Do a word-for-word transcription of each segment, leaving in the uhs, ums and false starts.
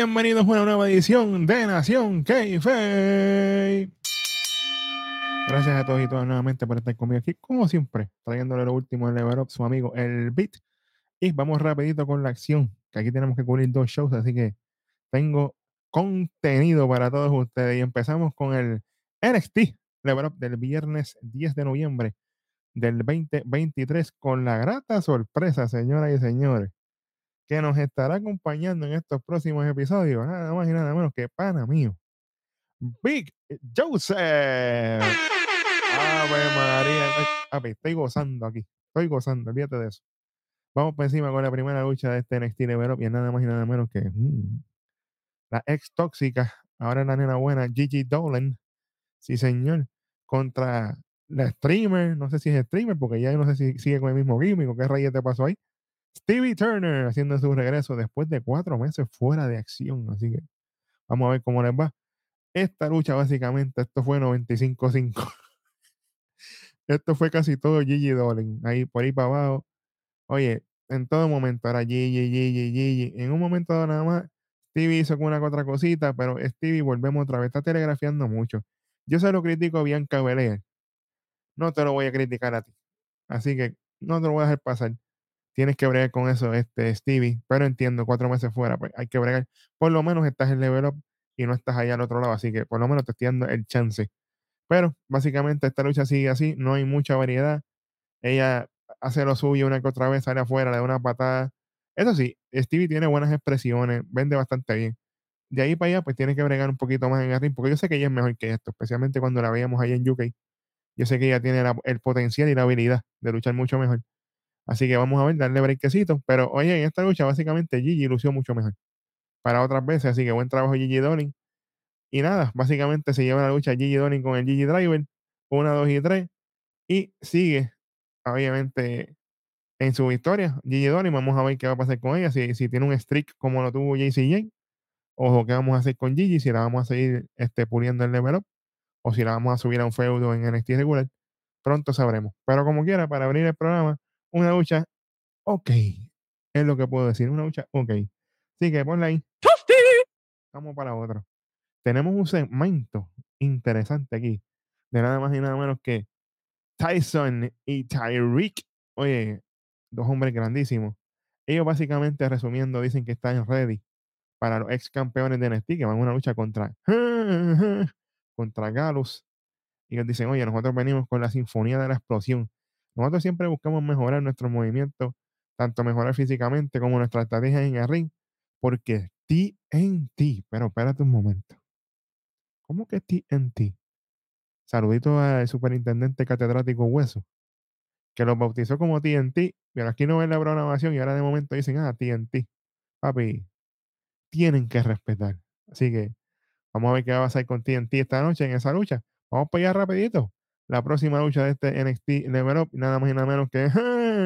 bienvenidos a una nueva edición de Nación Keife. Gracias a todos y todas nuevamente por estar conmigo aquí, como siempre, trayéndole lo último del Level Up, su amigo El Beat. Y vamos rapidito con la acción, que aquí tenemos que cubrir dos shows, así que tengo contenido para todos ustedes. Y empezamos con el N X T Level Up del viernes diez de noviembre del veinte veintitrés, con la grata sorpresa, señoras y señores, que nos estará acompañando en estos próximos episodios, nada más y nada menos que pana mío, Big Joseph. Ave María. Papi, estoy gozando aquí. Estoy gozando, olvídate de eso. Vamos por encima con la primera lucha de este N X T Level Up, y es nada más y nada menos que mm, la ex tóxica, ahora la nena buena, Gigi Dolan. Sí, señor. Contra la streamer, no sé si es streamer, porque ya no sé si sigue con el mismo gimmick o qué rayos te pasó ahí. Stevie Turner haciendo su regreso después de cuatro meses fuera de acción. Así que vamos a ver cómo les va. Esta lucha, básicamente, esto fue noventa y cinco cinco. Esto fue casi todo Gigi Dolan, ahí por ahí para abajo. Oye, en todo momento era Gigi, Gigi, Gigi. En un momento dado nada más, Stevie hizo con una que otra cosita, pero Stevie, volvemos otra vez, está telegrafiando mucho. Yo se lo critico a Bianca Belair, no te lo voy a criticar a ti. Así que no te lo voy a dejar pasar. Tienes que bregar con eso, este, Stevie, pero entiendo, cuatro meses fuera, pues hay que bregar. Por lo menos estás en level up y no estás allá al otro lado, así que por lo menos te estoy dando el chance. Pero básicamente esta lucha sigue así, no hay mucha variedad. Ella hace lo suyo una que otra vez, sale afuera, le da una patada. Eso sí, Stevie tiene buenas expresiones, vende bastante bien. De ahí para allá, pues tiene que bregar un poquito más en el ring, porque yo sé que ella es mejor que esto, especialmente cuando la veíamos allá en U K. Yo sé que ella tiene la- el potencial y la habilidad de luchar mucho mejor. Así que vamos a ver, darle breakcito. Pero oye, en esta lucha, básicamente Gigi lució mucho mejor para otras veces. Así que buen trabajo, Gigi Dolin. Y nada, básicamente se lleva la lucha Gigi Dolin con el Gigi Driver. Una, dos y tres. Y sigue, obviamente, en su victoria, Gigi Dolin. Vamos a ver qué va a pasar con ella. Si, si tiene un streak como lo tuvo J C J. Ojo, qué vamos a hacer con Gigi. Si la vamos a seguir este, puliendo el level up. O si la vamos a subir a un feudo en N X T regular. Pronto sabremos. Pero como quiera, para abrir el programa, una lucha ok, es lo que puedo decir. Una lucha ok. Así que ponla ahí. Vamos para otro. Tenemos un segmento interesante aquí. De nada más y nada menos que Tyson y Tyreek. Oye, dos hombres grandísimos. Ellos básicamente, resumiendo, dicen que están ready para los ex campeones de N X T, que van a una lucha contra contra Galus. Y ellos dicen, oye, nosotros venimos con la sinfonía de la explosión. Nosotros siempre buscamos mejorar nuestros movimientos, tanto mejorar físicamente como nuestra estrategia en el ring, porque T N T, pero espérate un momento. ¿Cómo que T N T? Saludito al superintendente catedrático Hueso, que los bautizó como T N T, pero aquí no ven la programación y ahora de momento dicen, ah, T N T. Papi, tienen que respetar. Así que vamos a ver qué va a pasar con T N T esta noche en esa lucha. Vamos para allá rapidito. La próxima lucha de este N X T Level Up, nada más y nada menos que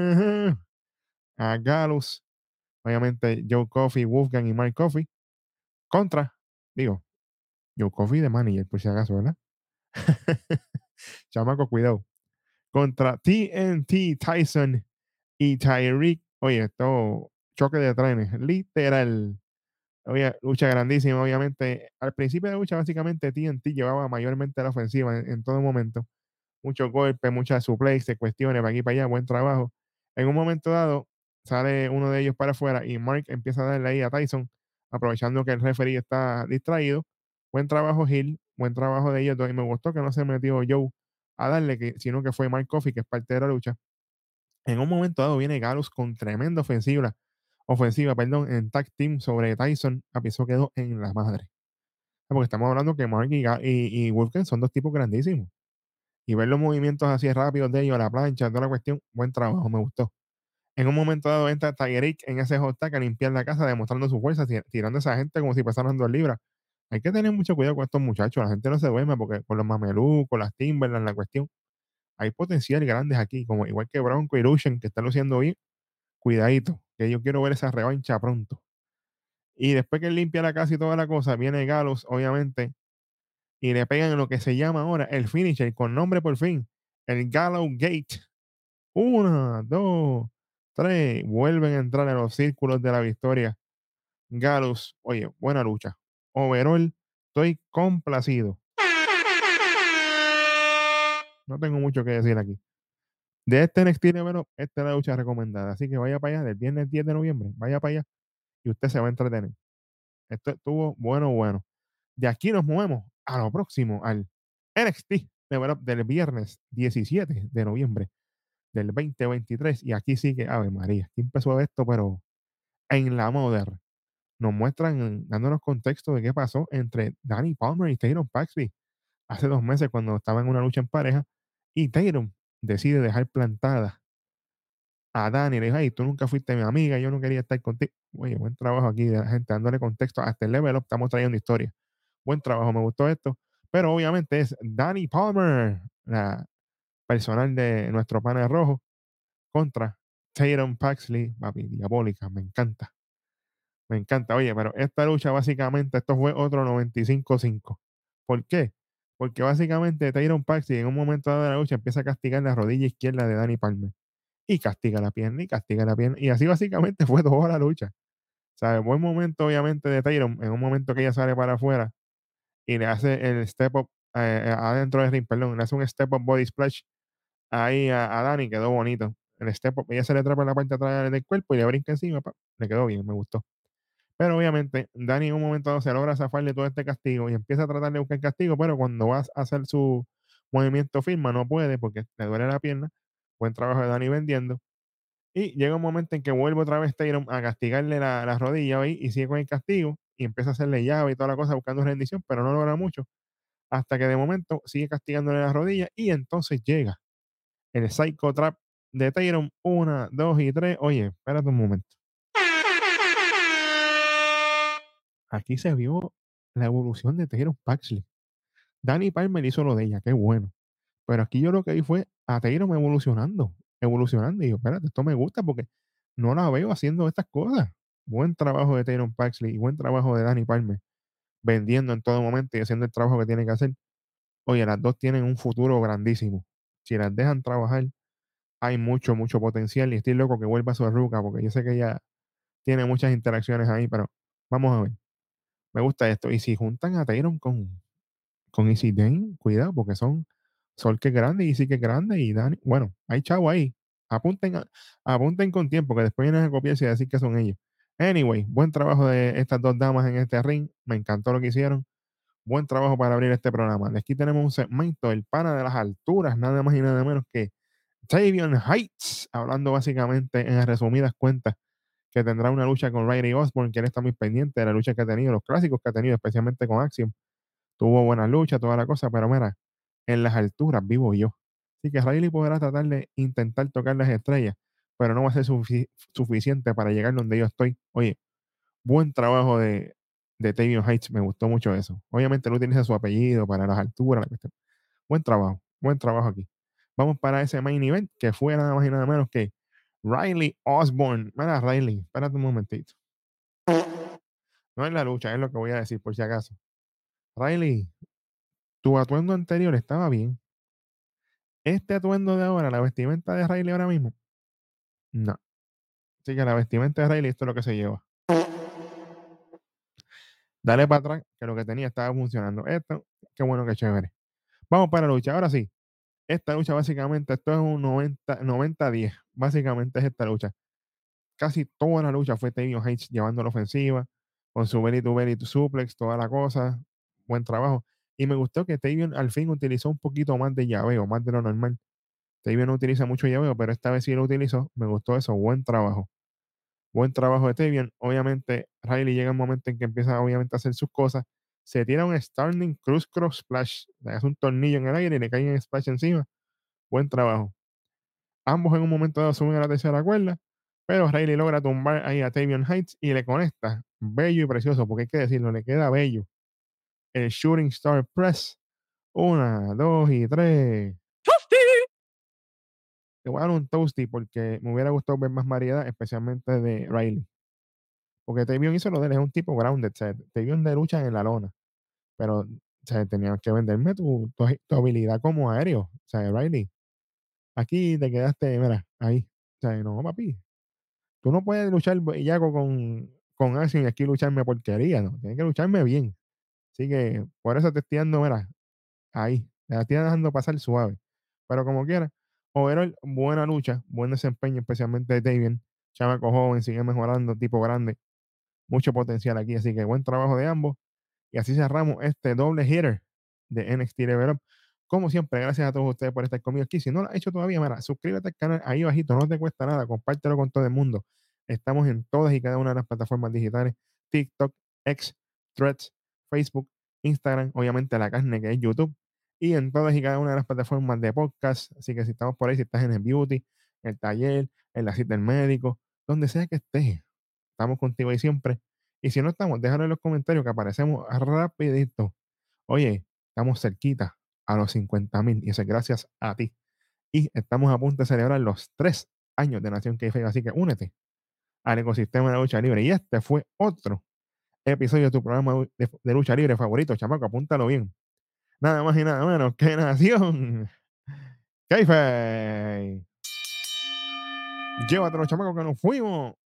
a Galus, obviamente Joe Coffey, Wolfgang y Mike Coffey, contra, digo, Joe Coffey de manager, por si acaso, ¿verdad? Chamaco, cuidado. Contra T N T, Tyson y Tyreek. Oye, esto, choque de trenes, literal. Oye, lucha grandísima, obviamente. Al principio de la lucha, básicamente, T N T llevaba mayormente la ofensiva en, en todo momento. Muchos golpes, muchas suplex, cuestiones, para aquí y para allá, buen trabajo. En un momento dado, sale uno de ellos para afuera y Mark empieza a darle ahí a Tyson, aprovechando que el referee está distraído. Buen trabajo, Hill, buen trabajo de ellos dos. Y me gustó que no se metió Joe a darle, que, sino que fue Mark Coffey, que es parte de la lucha. En un momento dado viene Galus con tremenda ofensiva, ofensiva, perdón, en tag team sobre Tyson. A piso quedó en la madre. Porque estamos hablando que Mark y, y, y Wolfgang son dos tipos grandísimos. Y ver los movimientos así rápidos de ellos a la plancha, toda la cuestión, buen trabajo, me gustó. En un momento dado entra Tyreek en ese hot tag a limpiar la casa, demostrando su fuerza, tirando a esa gente como si pesaran dos libras. Hay que tener mucho cuidado con estos muchachos. La gente no se duerme porque con los mamelucos, las Timberland, la cuestión, hay potencial grandes aquí, como igual que Bronco y Lucian, que están luciendo bien. Cuidadito, que yo quiero ver esa revancha pronto. Y después que él limpia la casa y toda la cosa, viene Gallows, obviamente, y le pegan en lo que se llama ahora el finisher, con nombre por fin, el Gallows Gate. Una, dos, tres, vuelven a entrar en los círculos de la victoria Galus, oye, buena lucha. Overall, estoy complacido. No tengo mucho que decir aquí. De este N X T Level Up, esta es la lucha recomendada. Así que vaya para allá, del viernes diez de noviembre, vaya para allá y usted se va a entretener. Esto estuvo bueno, bueno. De aquí nos movemos a lo próximo, al N X T Level Up del viernes diecisiete de noviembre del dos mil veintitrés. Y aquí sí que, Ave María, aquí empezó esto, pero en la moderna. Nos muestran, dándonos contexto de qué pasó entre Danny Palmer y Taylor Paxley hace dos meses cuando estaban en una lucha en pareja. Y Taylor decide dejar plantada a Dani. Le dijo, ay, tú nunca fuiste mi amiga, yo no quería estar contigo. Oye, buen trabajo aquí de la gente dándole contexto. Hasta el level up estamos trayendo historia. Buen trabajo, me gustó esto. Pero obviamente es Danny Palmer, la personal de nuestro panel rojo, contra Tatum Paxley, papi, diabólica, me encanta. Me encanta. Oye, pero esta lucha básicamente, esto fue otro noventa y cinco cinco. ¿Por qué? Porque básicamente Tyron Paxley en un momento dado de la lucha empieza a castigar la rodilla izquierda de Danny Palmer. Y castiga la pierna, y castiga la pierna. Y así básicamente fue toda la lucha. ¿Sabes? Buen momento, obviamente, de Tyron. En un momento que ella sale para afuera y le hace el step up eh, adentro del ring, perdón, le hace un step up body splash ahí a, a Dani, quedó bonito. El step up, ella se le trapa en la parte de atrás del cuerpo y le brinca encima, pa, le quedó bien, me gustó. Pero obviamente, Dani en un momento dado se logra zafarle todo este castigo y empieza a tratar de buscar castigo, pero cuando vas a hacer su movimiento firma no puede porque le duele la pierna. Buen trabajo de Dani vendiendo. Y llega un momento en que vuelve otra vez Tatum a castigarle la, la rodilla ahí y sigue con el castigo y empieza a hacerle llave y toda la cosa buscando rendición, pero no logra mucho. Hasta que de momento sigue castigándole la rodilla y entonces llega el Psycho Trap de Tatum. Una, dos y tres. Oye, espérate un momento. Aquí se vio la evolución de Taylor Paxley. Danny Palmer hizo lo de ella, qué bueno. Pero aquí yo lo que vi fue a Taylor evolucionando, evolucionando. Y yo, espérate, esto me gusta porque no la veo haciendo estas cosas. Buen trabajo de Taylor Paxley y buen trabajo de Danny Palmer, vendiendo en todo momento y haciendo el trabajo que tiene que hacer. Oye, las dos tienen un futuro grandísimo. Si las dejan trabajar, hay mucho, mucho potencial. Y estoy loco que vuelva a su ruca porque yo sé que ella tiene muchas interacciones ahí, pero vamos a ver. Me gusta esto. Y si juntan a Taylor con, con Easy Dane, cuidado, porque son Sol que es grande, Easy que es grande y Dani. Bueno, hay chavo ahí. Apunten, a- apunten con tiempo, que después vienen a copiarse y a decir que son ellos. Anyway, buen trabajo de estas dos damas en este ring. Me encantó lo que hicieron. Buen trabajo para abrir este programa. Aquí tenemos un segmento, el pana de las alturas, nada más y nada menos que Tavion Heights, hablando básicamente en resumidas cuentas que tendrá una lucha con Riley Osborne, que él está muy pendiente de la lucha que ha tenido, los clásicos que ha tenido, especialmente con Axiom. Tuvo buena lucha, toda la cosa, pero mira, en las alturas vivo yo. Así que Riley podrá tratar de intentar tocar las estrellas, pero no va a ser sufici- suficiente para llegar donde yo estoy. Oye, buen trabajo de, de Tavion Heights, me gustó mucho eso. Obviamente no utiliza su apellido para las alturas, la cuestión. Buen trabajo, buen trabajo aquí. Vamos para ese main event que fue nada más y nada menos que Riley Osborne. Mira, Riley, espérate un momentito. No es la lucha, es lo que voy a decir por si acaso. Riley, tu atuendo anterior estaba bien. Este atuendo de ahora, la vestimenta de Riley ahora mismo, no. Así que la vestimenta de Riley, esto es lo que se lleva. Dale para atrás, que lo que tenía estaba funcionando. Esto, qué bueno, qué chévere. Vamos para la lucha. Ahora sí, esta lucha básicamente, esto es un noventa noventa diez. Básicamente es esta lucha. Casi toda la lucha fue Tavion Heights llevando la ofensiva, con su belly to belly to suplex, toda la cosa. Buen trabajo. Y me gustó que Tavion al fin utilizó un poquito más de llaveo, más de lo normal. Tavion no utiliza mucho llaveo, pero esta vez sí lo utilizó. Me gustó eso. Buen trabajo. Buen trabajo de Tavion. Obviamente, Riley llega un momento en que empieza obviamente a hacer sus cosas. Se tira un Starling Cruz Cross Splash. Le hace un tornillo en el aire y le cae un splash encima. Buen trabajo. Ambos en un momento dado suben a la tercera cuerda, pero Riley logra tumbar ahí a Tavion Heights y le conecta. Bello y precioso, porque hay que decirlo, le queda bello. El Shooting Star Press. Una, dos y tres. Te voy a dar un toasty porque me hubiera gustado ver más variedad, especialmente de Riley. Porque Tavion hizo lo de él, es un tipo grounded. O sea, Tavion de lucha en la lona. Pero, o sea, tenías que venderme tu, tu, tu habilidad como aéreo. O sea, Riley, aquí te quedaste, mira, ahí. O sea, no, papi. Tú no puedes luchar bellaco con, con acción y aquí lucharme porquería, ¿no? Tienes que lucharme bien. Así que por eso te estoy dando, mira, ahí, te la estoy dejando pasar suave. Pero como quiera, overall, buena lucha, buen desempeño, especialmente de Davian. Chamaco joven, sigue mejorando, tipo grande, mucho potencial aquí. Así que buen trabajo de ambos. Y así cerramos este doble hitter de N X T Level Up. Como siempre, gracias a todos ustedes por estar conmigo aquí. Si no lo has hecho todavía, mira, suscríbete al canal ahí bajito, no te cuesta nada, compártelo con todo el mundo. Estamos en todas y cada una de las plataformas digitales: TikTok, X, Threads, Facebook, Instagram, obviamente la carne que es YouTube, y en todas y cada una de las plataformas de podcast. Así que si estamos por ahí, si estás en el beauty, el taller, en la cita del médico, donde sea que estés, estamos contigo ahí siempre. Y si no estamos, déjalo en los comentarios que aparecemos rapidito. Oye, estamos cerquita a los cincuenta mil y eso es gracias a ti. Y estamos a punto de celebrar los tres años de Nación Kayfabe, así que únete al ecosistema de la lucha libre. Y este fue otro episodio de tu programa de, de lucha libre favorito, chamaco, apúntalo bien. Nada más y nada menos que Nación Kayfabe. Llévatelo, chamaco, que nos fuimos.